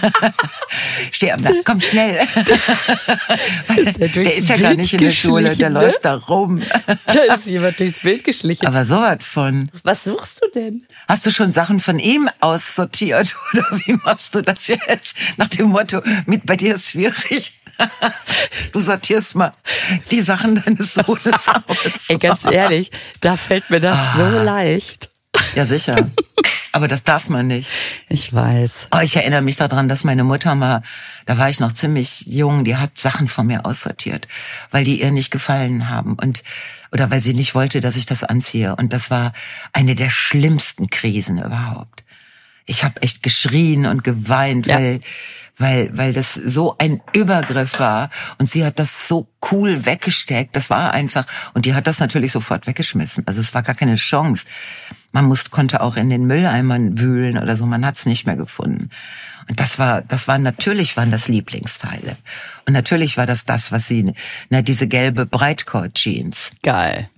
Steh am Tag, komm schnell. Weil, ist der, der ist ja gar nicht in der Schule, der ne? läuft da rum. Da ist jemand durchs Bild geschlichen. Aber so was von. Was suchst du denn? Hast du schon Sachen von ihm aussortiert oder wie machst du das jetzt? Nach dem Motto, mit bei dir ist schwierig. Du sortierst mal die Sachen deines Sohnes aus. Ey, ganz ehrlich, da fällt mir das ah. so leicht. Ja, sicher. Aber das darf man nicht. Ich weiß. Oh, ich erinnere mich daran, dass meine Mutter mal, da war ich noch ziemlich jung, die hat Sachen von mir aussortiert, weil die ihr nicht gefallen haben und oder weil sie nicht wollte, dass ich das anziehe. Und das war eine der schlimmsten Krisen überhaupt. Ich habe echt geschrien und geweint, ja. weil weil weil das so ein Übergriff war und sie hat das so cool weggesteckt. Das war einfach und die hat das natürlich sofort weggeschmissen. Also es war gar keine Chance. Man muss, konnte auch in den Mülleimern wühlen oder so, man hat's nicht mehr gefunden. Und das war, das war, natürlich waren das Lieblingsteile. Und natürlich war das das, was sie, na, diese gelbe Breitcord-Jeans. Geil.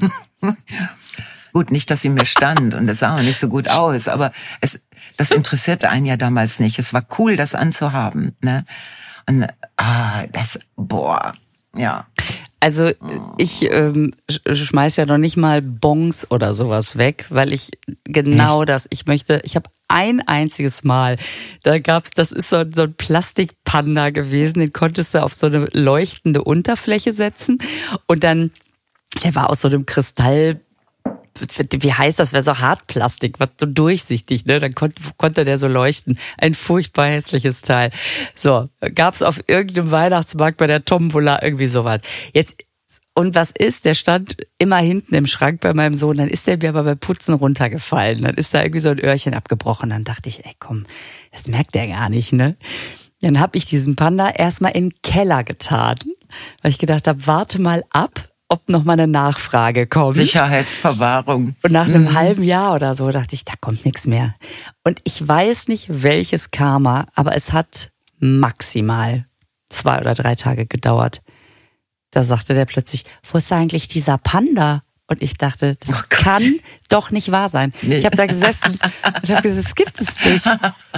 Gut, nicht, dass sie mir stand und es sah auch nicht so gut aus, aber es, das interessierte einen ja damals nicht. Es war cool, das anzuhaben, ne? Und, ah, das, boah, ja. Also ich ähm, schmeiß ja noch nicht mal Bons oder sowas weg, weil ich genau Nicht? das, ich möchte, ich habe ein einziges Mal, da gab's, das ist so, so ein Plastikpanda gewesen, den konntest du auf so eine leuchtende Unterfläche setzen und dann, der war aus so einem Kristall, wie heißt das, wäre so Hartplastik, was so durchsichtig, ne? Dann konnte, konnte der so leuchten. Ein furchtbar hässliches Teil. So, gab's auf irgendeinem Weihnachtsmarkt bei der Tombola irgendwie sowas. Jetzt, und was ist? Der stand immer hinten im Schrank bei meinem Sohn, dann ist der mir aber beim Putzen runtergefallen. Dann ist da irgendwie so ein Öhrchen abgebrochen. Dann dachte ich, ey komm, das merkt der gar nicht, ne? Dann habe ich diesen Panda erstmal in den Keller getan, weil ich gedacht habe, warte mal ab, ob noch mal eine Nachfrage kommt. Sicherheitsverwahrung. Und nach einem mhm. halben Jahr oder so dachte ich, da kommt nichts mehr. Und ich weiß nicht, welches Karma, aber es hat maximal zwei oder drei Tage gedauert. Da sagte der plötzlich, wo ist eigentlich dieser Panda? Und ich dachte, das oh kann doch nicht wahr sein. Nee. Ich habe da gesessen und habe gesagt, das gibt es nicht.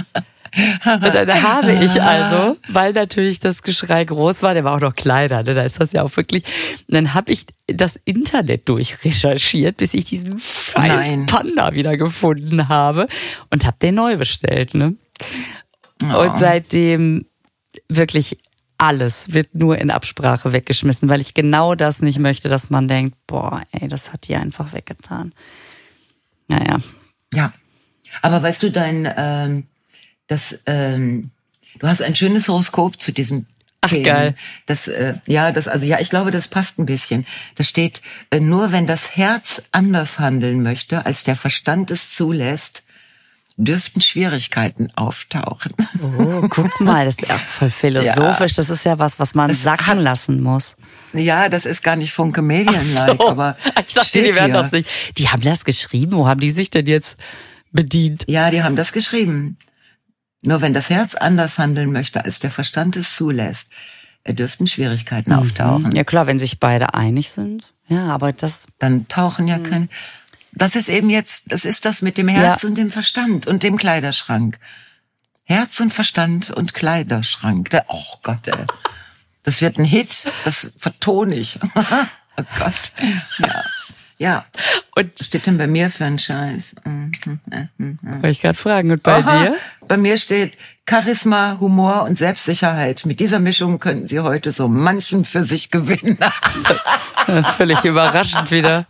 Und dann habe ich also, weil natürlich das Geschrei groß war, der war auch noch kleiner, ne, da ist das ja auch wirklich, und dann habe ich das Internet durchrecherchiert, bis ich diesen scheiß Nein. Panda wieder gefunden habe und habe den neu bestellt. Ne? Oh. Und seitdem wirklich alles wird nur in Absprache weggeschmissen, weil ich genau das nicht möchte, dass man denkt, boah, ey, das hat die einfach weggetan. Naja. Ja, aber weißt du, dein... Ähm Das, ähm, du hast ein schönes Horoskop zu diesem Ach, Thema. geil. Das, äh, ja, das, also ja, ich glaube, das passt ein bisschen. Da steht, äh, nur wenn das Herz anders handeln möchte, als der Verstand es zulässt, dürften Schwierigkeiten auftauchen. Oh, guck mal, das ist ja voll philosophisch. Ja. Das ist ja was, was man das sacken hat, lassen muss. Ja, das ist gar nicht Funke Medienlike, so. aber ich dachte, die werden das nicht. Die haben das geschrieben. Wo haben die sich denn jetzt bedient? Ja, die haben das geschrieben. Nur wenn das Herz anders handeln möchte, als der Verstand es zulässt, dürften Schwierigkeiten mhm. auftauchen. Ja klar, wenn sich beide einig sind. Ja, aber das... Dann tauchen ja mhm. keine... Das ist eben jetzt, das ist das mit dem Herz ja. und dem Verstand und dem Kleiderschrank. Herz und Verstand und Kleiderschrank. Oh Gott, ey. Das wird ein Hit, das vertone ich. Oh Gott. Ja. Ja. Und was steht denn bei mir für einen Scheiß? Wollte ich gerade fragen. Und bei Aha, dir? Bei mir steht Charisma, Humor und Selbstsicherheit. Mit dieser Mischung könnten Sie heute so manchen für sich gewinnen. Völlig überraschend wieder.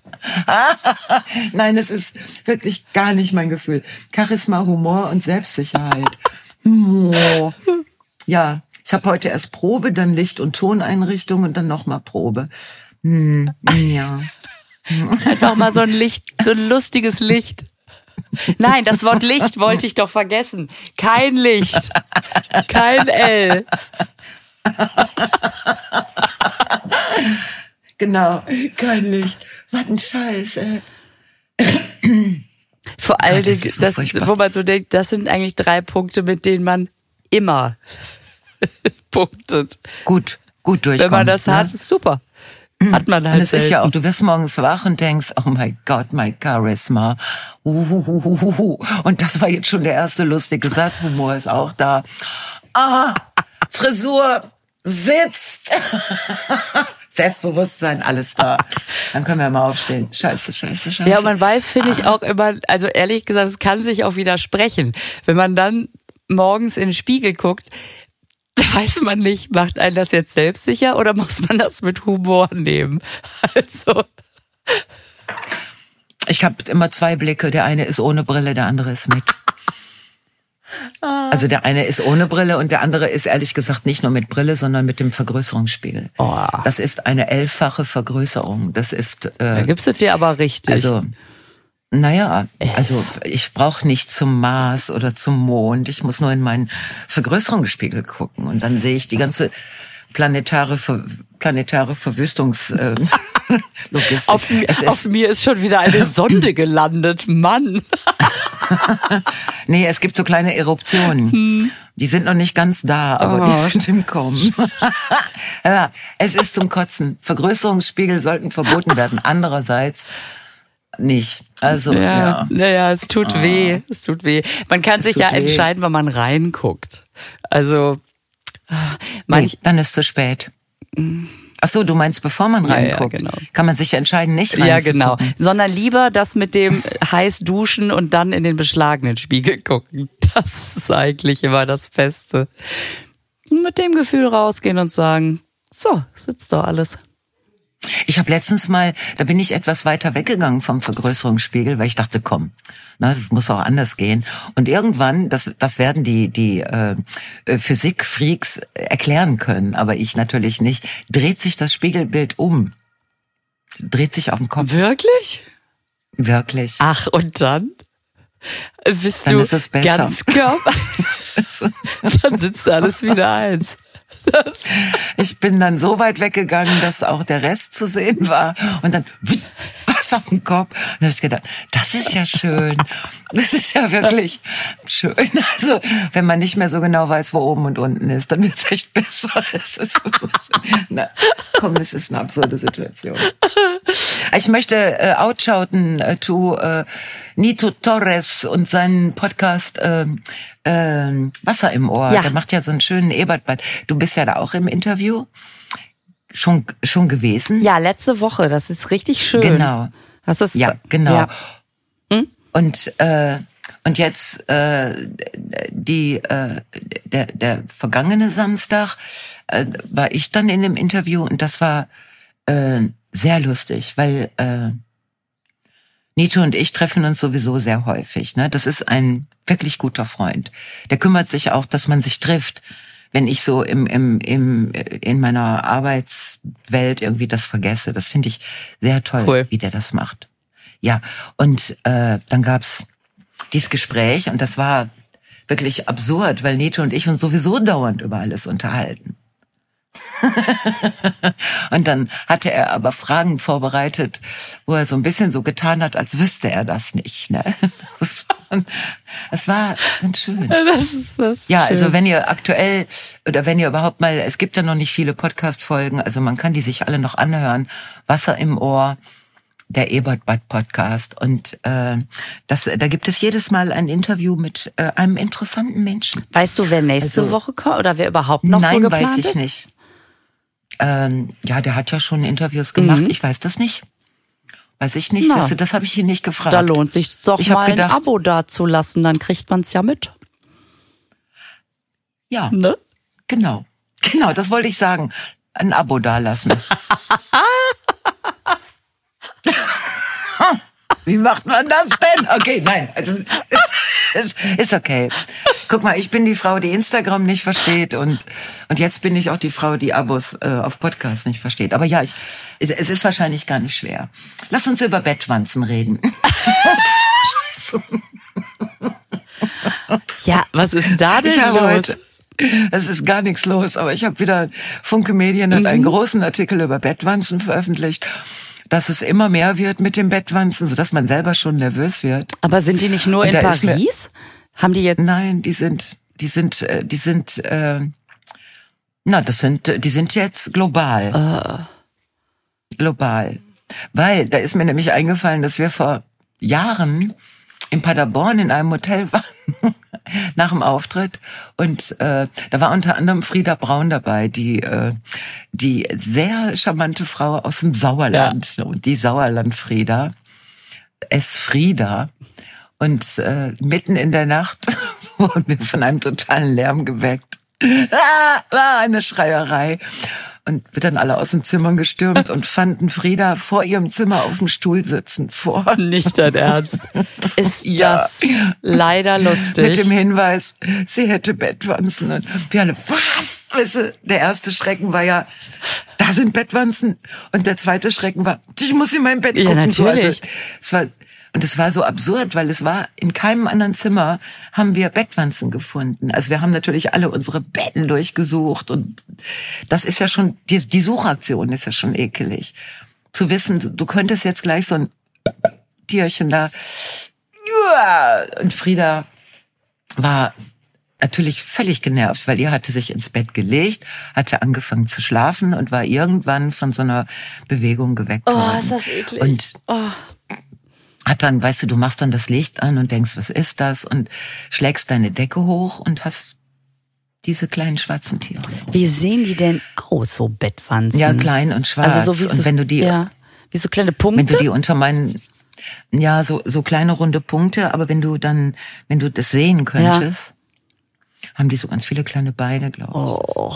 Nein, es ist wirklich gar nicht mein Gefühl. Charisma, Humor und Selbstsicherheit. Oh. Ja, ich habe heute erst Probe, dann Licht- und Toneinrichtung und dann nochmal Probe. Hm, ja. Einfach mal so ein Licht, so ein lustiges Licht. Nein, das Wort Licht wollte ich doch vergessen. Kein Licht. Kein L. Genau, kein Licht. Was ein Scheiß, ey. Vor allen Dingen, das, so das wo man so denkt, das sind eigentlich drei Punkte, mit denen man immer punktet. Gut, gut durchkommt. Wenn man das ne? hat, ist super. Hat man halt und es selten. Ist ja auch, du wirst morgens wach und denkst, oh my God, my Charisma. Uhuhuhuhu. Und das war jetzt schon der erste lustige Satz. Humor ist auch da. Ah, Frisur sitzt. Selbstbewusstsein, alles da. Dann können wir mal aufstehen. Scheiße, scheiße, scheiße. Ja, man weiß, finde ich auch immer, also ehrlich gesagt, es kann sich auch widersprechen. Wenn man dann morgens in den Spiegel guckt, weiß man nicht, macht einen das jetzt selbstsicher oder muss man das mit Humor nehmen? Also. Ich habe immer zwei Blicke. Der eine ist ohne Brille, der andere ist mit. Ah. Also der eine ist ohne Brille und der andere ist ehrlich gesagt nicht nur mit Brille, sondern mit dem Vergrößerungsspiegel. Oh. Das ist eine elffache Vergrößerung. Das ist. Äh, da gibst du dir aber richtig. Also. Naja, also ich brauche nicht zum Mars oder zum Mond. Ich muss nur in meinen Vergrößerungsspiegel gucken und dann sehe ich die ganze planetare Ver planetare Verwüstungslogistik. Äh, auf, es auf ist, mir ist schon wieder eine Sonde gelandet, Mann. Nee, es gibt so kleine Eruptionen. Hm. Die sind noch nicht ganz da, aber oh. die sind im Kommen. Ja, es ist zum Kotzen. Vergrößerungsspiegel sollten verboten werden. Andererseits nicht. Also, ja. Ja, naja, es tut oh. weh. Es tut weh. Man kann es sich ja weh. entscheiden, wann man reinguckt. Also, manch nee, dann ist zu spät. Ach so, du meinst, bevor man reinguckt, ja, ja, genau. kann man sich entscheiden, nicht reinzugucken. Ja, genau. Sondern lieber das mit dem heiß duschen und dann in den beschlagenen Spiegel gucken. Das ist eigentlich immer das Beste. Mit dem Gefühl rausgehen und sagen, so, sitzt doch alles. Ich habe letztens mal, da bin ich etwas weiter weggegangen vom Vergrößerungsspiegel, weil ich dachte, komm, na, das muss auch anders gehen. Und irgendwann, das, das werden die die äh, Physik-Freaks erklären können, aber ich natürlich nicht, dreht sich das Spiegelbild um. Dreht sich auf den Kopf. Wirklich? Wirklich. Ach, und dann? Bist dann du ist es besser. Ganz Körper? Dann sitzt alles wieder eins. Das. Ich bin dann so weit weggegangen, dass auch der Rest zu sehen war. Und dann, was was auf dem Kopf. Und da habe ich gedacht, das ist ja schön. Das ist ja wirklich schön. Also, wenn man nicht mehr so genau weiß, wo oben und unten ist, dann wird's echt besser. Es ist, na, komm, es ist eine absurde Situation. Ich möchte äh, outshouten äh, to äh, Nito Torres und seinen Podcast äh, äh, Wasser im Ohr. Ja. Der macht ja so einen schönen Ebertbad. Du bist ja da auch im Interview. Schon schon gewesen? Ja, letzte Woche. Das ist richtig schön. Genau. Hast du's? Ja, genau. Ja. Hm? Und äh, und jetzt äh, die äh, der der vergangene Samstag äh, war ich dann in dem Interview und das war äh, sehr lustig, weil äh, Nito und ich treffen uns sowieso sehr häufig. Ne, das ist ein wirklich guter Freund. Der kümmert sich auch, dass man sich trifft. Wenn ich so im im im in meiner Arbeitswelt irgendwie das vergesse, das finde ich sehr toll, cool. wie der das macht. Ja, und äh, dann gab's dieses Gespräch und das war wirklich absurd, weil Nito und ich uns sowieso dauernd über alles unterhalten. Und dann hatte er aber Fragen vorbereitet, wo er so ein bisschen so getan hat, als wüsste er das nicht. Ne? Es war ganz schön. Das ist, das ist ja, schön. also wenn ihr aktuell oder wenn ihr überhaupt mal, es gibt ja noch nicht viele Podcast-Folgen, also man kann die sich alle noch anhören. Wasser im Ohr, der Ebertbad-Podcast. Und äh, das, da gibt es jedes Mal ein Interview mit äh, einem interessanten Menschen. Weißt du, wer nächste Also, Woche kommt oder wer überhaupt noch Nein, so geplant weiß ich ist? nicht. Ähm, ja, der hat ja schon Interviews gemacht. Mhm. Ich weiß das nicht. Weiß ich nicht. Na, Das, das habe ich ihn nicht gefragt. Da lohnt sich doch Ich hab mal gedacht- ein Abo dazulassen, dann kriegt man's ja mit. Ja, Ne? genau. Genau, das wollte ich sagen. Ein Abo dalassen. Wie macht man das denn? Okay, nein. Also, ist, ist okay. Guck mal, ich bin die Frau, die Instagram nicht versteht und und jetzt bin ich auch die Frau, die Abos äh, auf Podcasts nicht versteht. Aber ja, ich, es ist wahrscheinlich gar nicht schwer. Lass uns über Bettwanzen reden. Scheiße. Ja, was ist da denn Ich habe los? heute, es ist gar nichts los, aber ich habe wieder, Funke Medien hat einen großen Artikel über Bettwanzen veröffentlicht, dass es immer mehr wird mit dem Bettwanzen, sodass man selber schon nervös wird. Aber sind die nicht nur Und in da ist mir- Paris? Haben die jetzt... Nein, die sind, die sind, äh, die sind, äh, na, das sind, die sind jetzt global. Global. Weil, da ist mir nämlich eingefallen, dass wir vor Jahren in Paderborn in einem Hotel waren, nach dem Auftritt. Und äh, da war unter anderem Frieda Braun dabei, die äh, die sehr charmante Frau aus dem Sauerland. Und die Sauerland-Frieda, es Frieda. Und äh, mitten in der Nacht wurden wir von einem totalen Lärm geweckt. Ah, war eine Schreierei. Und wir dann alle aus den Zimmern gestürmt und fanden Frieda vor ihrem Zimmer auf dem Stuhl sitzen vor. Nicht dein Ernst. Ist Ja. das leider lustig. Mit dem Hinweis, sie hätte Bettwanzen. Und wir alle, was? Weißt du, der erste Schrecken war ja, da sind Bettwanzen. Und der zweite Schrecken war, ich muss in mein Bett Ja, gucken. So, also, natürlich. es war, und es war so absurd, weil es war, in keinem anderen Zimmer haben wir Bettwanzen gefunden. Also wir haben natürlich alle unsere Betten durchgesucht und das ist ja schon, die, die Suchaktion ist ja schon ekelig. Zu wissen, du, du könntest jetzt gleich so ein Tierchen da, und Frieda war natürlich völlig genervt, weil ihr hatte sich ins Bett gelegt, hatte angefangen zu schlafen und war irgendwann von so einer Bewegung geweckt Oh, worden. ist das eklig. Und Oh. hat dann, weißt du, du machst dann das Licht an und denkst, was ist das? Und schlägst deine Decke hoch und hast diese kleinen schwarzen Tiere. Wie sehen die denn aus, so Bettwanzen? Ja, klein und schwarz. Also so wie und so, wenn du die, ja, wie so kleine wenn Punkte. du die unter meinen, ja, so, so kleine runde Punkte, aber wenn du dann, wenn du das sehen könntest, haben die so ganz viele kleine Beine, glaube ich. Oh.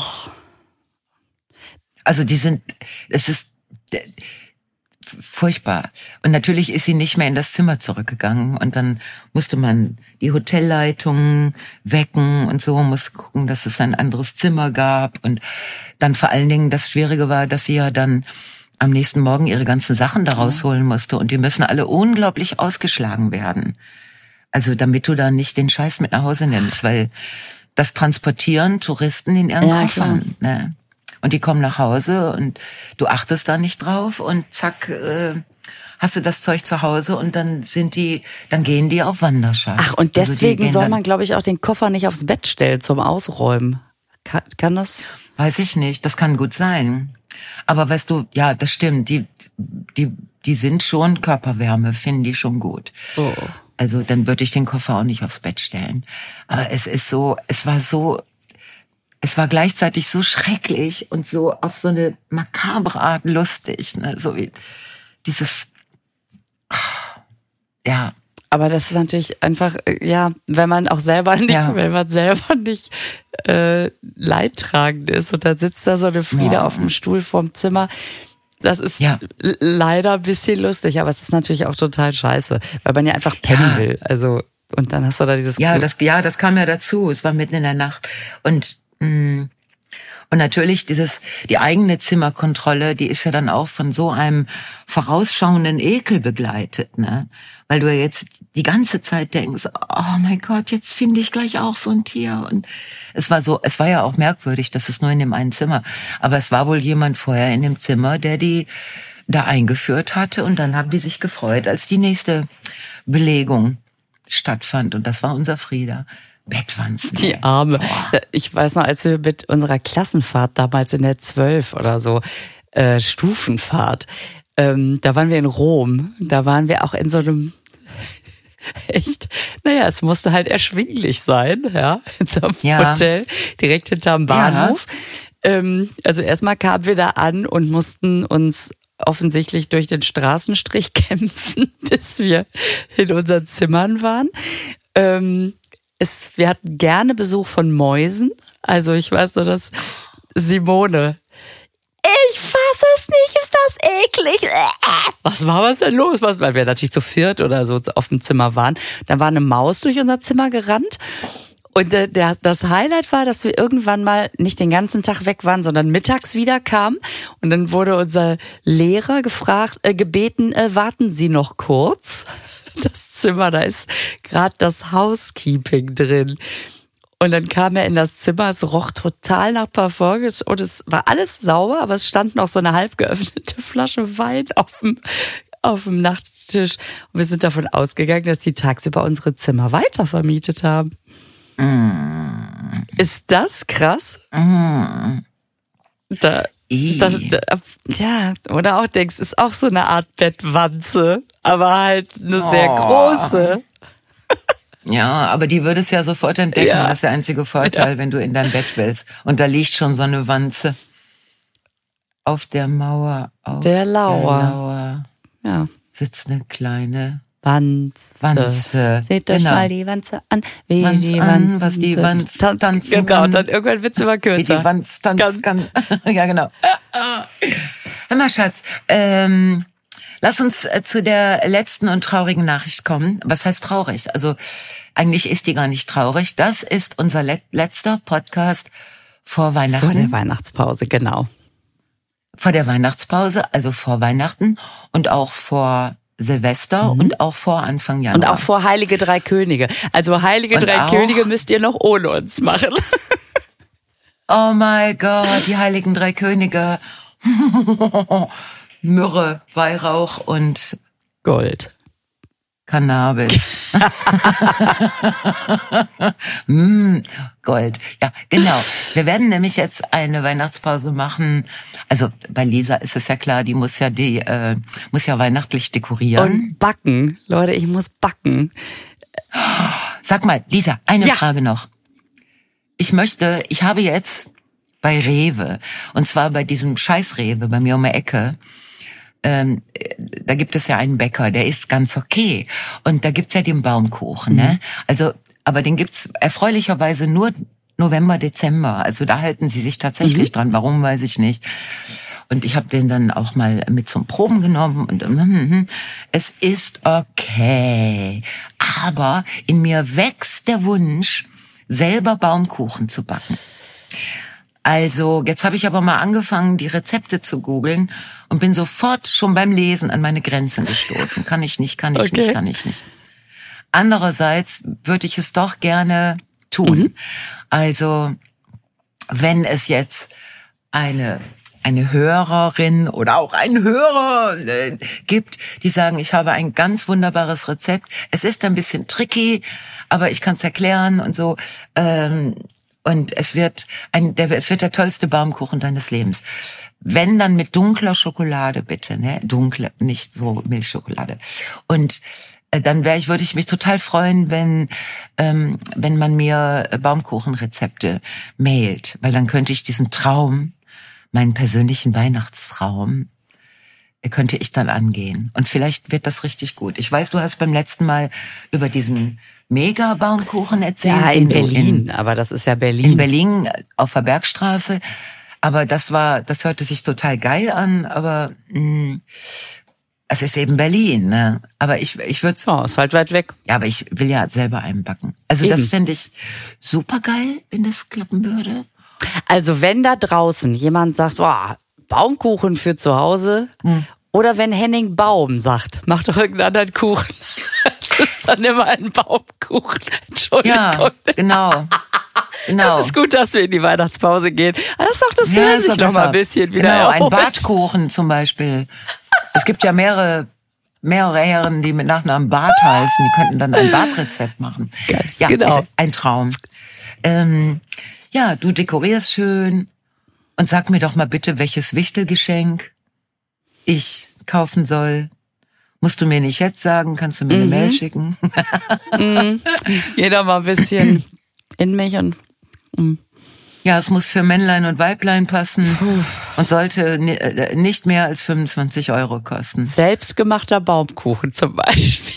Also die sind, es ist äh, furchtbar. Und natürlich ist sie nicht mehr in das Zimmer zurückgegangen und dann musste man die Hotelleitung wecken und so, musste gucken, dass es ein anderes Zimmer gab und dann vor allen Dingen das Schwierige war, dass sie ja dann am nächsten Morgen ihre ganzen Sachen da rausholen musste und die müssen alle unglaublich ausgeschlagen werden. Also damit du da nicht den Scheiß mit nach Hause nimmst, weil das transportieren Touristen in ihren Ja, Koffern, ne? Und die kommen nach Hause und du achtest da nicht drauf und zack, äh, hast du das Zeug zu Hause und dann sind die, dann gehen die auf Wanderschaft. Ach, und Also die deswegen gehen soll dann- man, glaube ich, auch den Koffer nicht aufs Bett stellen zum Ausräumen. Kann, kann das? Weiß ich nicht, das kann gut sein. Aber weißt du, ja, das stimmt, die, die, die sind schon Körperwärme, finden die schon gut. Oh. Also dann würde ich den Koffer auch nicht aufs Bett stellen. Aber es ist so, es war so, es war gleichzeitig so schrecklich und so auf so eine makabre Art lustig, ne? So wie dieses, ja, Aber das ist natürlich einfach, äh, ja, wenn man auch selber nicht, Ja. wenn man selber nicht äh, leidtragend ist und dann sitzt da so eine Friede Ja. auf dem Stuhl vorm Zimmer. Das ist Ja. l- leider ein bisschen lustig, aber es ist natürlich auch total scheiße, weil man ja einfach pennen Ja. will. Also, und dann hast du da dieses Ja, Glück. das, ja, das kam ja dazu. Es war mitten in der Nacht. Und, mh, und natürlich dieses, die eigene Zimmerkontrolle, die ist ja dann auch von so einem vorausschauenden Ekel begleitet, ne? Weil du ja jetzt die ganze Zeit denkst, oh mein Gott, jetzt finde ich gleich auch so ein Tier. Und es war so, es war ja auch merkwürdig, dass es nur in dem einen Zimmer, aber es war wohl jemand vorher in dem Zimmer, der die da eingeführt hatte und dann haben die sich gefreut, als die nächste Belegung stattfand und das war unser Frieda. Bettwanzen. Die Arme. Ich weiß noch, als wir mit unserer Klassenfahrt damals in der zwölf oder so, äh, Stufenfahrt, ähm, da waren wir in Rom. Da waren wir auch in so einem echt, naja, es musste halt erschwinglich sein, ja, in so einem Ja. Hotel, direkt hinterm Bahnhof. Ähm, also erstmal kamen wir da an und mussten uns offensichtlich durch den Straßenstrich kämpfen, bis wir in unseren Zimmern waren. Ähm, es, wir hatten gerne Besuch von Mäusen. Also ich weiß nur, dass Simone, ich fasse es nicht, ist das eklig. Was war was denn los? Was, weil wir natürlich zu viert oder so auf dem Zimmer waren. Dann war eine Maus durch unser Zimmer gerannt. Und der, der, das Highlight war, dass wir irgendwann mal nicht den ganzen Tag weg waren, sondern mittags wieder kamen. Und dann wurde unser Lehrer gefragt, äh, gebeten, äh, warten Sie noch kurz. Das Zimmer, da ist gerade das Housekeeping drin. Und dann kam er in das Zimmer, es roch total nach Parfum und es war alles sauber, aber es stand noch so eine halb geöffnete Flasche Wein auf dem, auf dem Nachttisch. Und wir sind davon ausgegangen, dass die tagsüber unsere Zimmer weitervermietet haben. Mm. Ist das krass? Mm. Da, I. das, da, ja, oder auch denkst, ist auch so eine Art Bettwanze, aber halt eine sehr Oh. große. Ja, aber die würde es ja sofort entdecken. Ja. Das ist der einzige Vorteil, wenn du in dein Bett willst. Und da liegt schon so eine Wanze auf der Mauer. Auf Der Lauer. Der Lauer Ja. sitzt eine kleine Wanze. Wanze. Seht euch Genau. mal die Wanze an, wie Wanz die an, Wanze was die Wanz tan- tanzen Genau, kann. dann irgendwann wird's immer Wie kürzer. die Wanz tanzen Ganz- kann. Ja, genau. Hör mal, Schatz, ähm, lass uns äh, zu der letzten und traurigen Nachricht kommen. Was heißt traurig? Also eigentlich ist die gar nicht traurig. Das ist unser let- letzter Podcast vor Weihnachten. Vor der Weihnachtspause, genau. vor der Weihnachtspause, also vor Weihnachten und auch vor Silvester und auch vor Anfang Januar. Und auch vor Heilige Drei Könige. Also Heilige Und Drei auch- Könige müsst ihr noch ohne uns machen. Oh mein Gott, die heiligen drei Könige. Myrrhe, Weihrauch und Gold. Cannabis. mm, Gold. Ja, genau. Wir werden nämlich jetzt eine Weihnachtspause machen. Also bei Lisa ist es ja klar, die muss ja die äh, muss ja weihnachtlich dekorieren. Und backen. Leute, ich muss backen. Sag mal, Lisa, eine Ja. Frage noch. Ich möchte, ich habe jetzt bei Rewe, und zwar bei diesem Scheiß Rewe bei mir um die Ecke, ähm, da gibt es ja einen Bäcker, der ist ganz okay. Und da gibt's ja den Baumkuchen, ne? Also, aber den gibt's erfreulicherweise nur November, Dezember. Also da halten sie sich tatsächlich dran. Warum, weiß ich nicht. Und ich habe den dann auch mal mit zum Proben genommen und mm, es ist okay. Aber in mir wächst der Wunsch, selber Baumkuchen zu backen. Also, jetzt habe ich aber mal angefangen, die Rezepte zu googeln und bin sofort schon beim Lesen an meine Grenzen gestoßen. Kann ich nicht, kann ich Okay. nicht, kann ich nicht. Andererseits würde ich es doch gerne tun. Also, wenn es jetzt eine eine Hörerin oder auch ein Hörer äh, gibt, die sagen, ich habe ein ganz wunderbares Rezept. Es ist ein bisschen tricky, aber ich kann es erklären und so. Ähm, und es wird ein, der, es wird der tollste Baumkuchen deines Lebens. Wenn dann mit dunkler Schokolade bitte, ne, dunkle, nicht so Milchschokolade. Und äh, dann wäre ich, würde ich mich total freuen, wenn ähm, wenn man mir Baumkuchenrezepte mailt, weil dann könnte ich diesen Traum, meinen persönlichen Weihnachtstraum, könnte ich dann angehen. Und vielleicht wird das richtig gut. Ich weiß, du hast beim letzten Mal über diesen Mega-Baumkuchen erzählt. Ja, in Berlin, in, aber das ist ja Berlin. In Berlin auf der Bergstraße. Aber das war, das hörte sich total geil an, aber mh, es ist eben Berlin, ne? Aber ich, ich würde Oh, ist halt weit weg. Ja, aber ich will ja selber einen backen. Also Eben. das fände ich super geil, wenn das klappen würde. Also wenn da draußen jemand sagt, boah, Baumkuchen für zu Hause, hm. oder wenn Henning Baum sagt, mach doch irgendeinen anderen Kuchen. Das ist dann immer ein Baumkuchen. Entschuldigung. Ja, genau. Genau. Das ist gut, dass wir in die Weihnachtspause gehen. Aber das sagt das Ja, Hirn ist sich doch noch mal besser. ein bisschen wieder Genau, ein erholt. Bartkuchen zum Beispiel. Es gibt ja mehrere, mehrere Herren, die mit Nachnamen Bart heißen. Die könnten dann ein Bartrezept machen. Ganz ja, genau. Ist ein Traum. Ähm, ja, du dekorierst schön und sag mir doch mal bitte, welches Wichtelgeschenk ich kaufen soll. Musst du mir nicht jetzt sagen, kannst du mir eine Mhm. Mail schicken? Mhm. Jeder mal ein bisschen in mich und mm. Ja, es muss für Männlein und Weiblein passen und sollte ni- äh, nicht mehr als fünfundzwanzig Euro kosten. Selbstgemachter Baumkuchen zum Beispiel.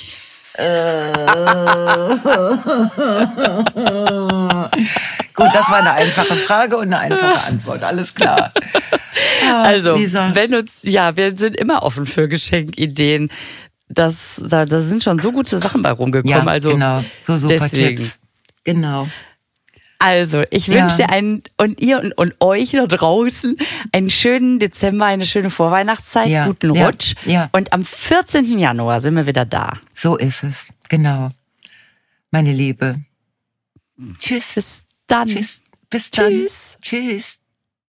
Gut, das war eine einfache Frage und eine einfache Antwort. Alles klar. Ja, Also, Lisa. wenn uns, ja, wir sind immer offen für Geschenkideen. Das, da, da sind schon so gute Sachen bei rumgekommen. Ja, also, genau. So super deswegen. Tipps. Genau. Also, ich Ja. wünsche dir einen, und ihr und, und euch da draußen einen schönen Dezember, eine schöne Vorweihnachtszeit, Ja, guten ja, Rutsch. ja. Und am vierzehnten Januar sind wir wieder da. So ist es. Genau. Meine Liebe. Tschüss. Bis dann. Tschüss. Bis dann. Tschüss. Tschüss.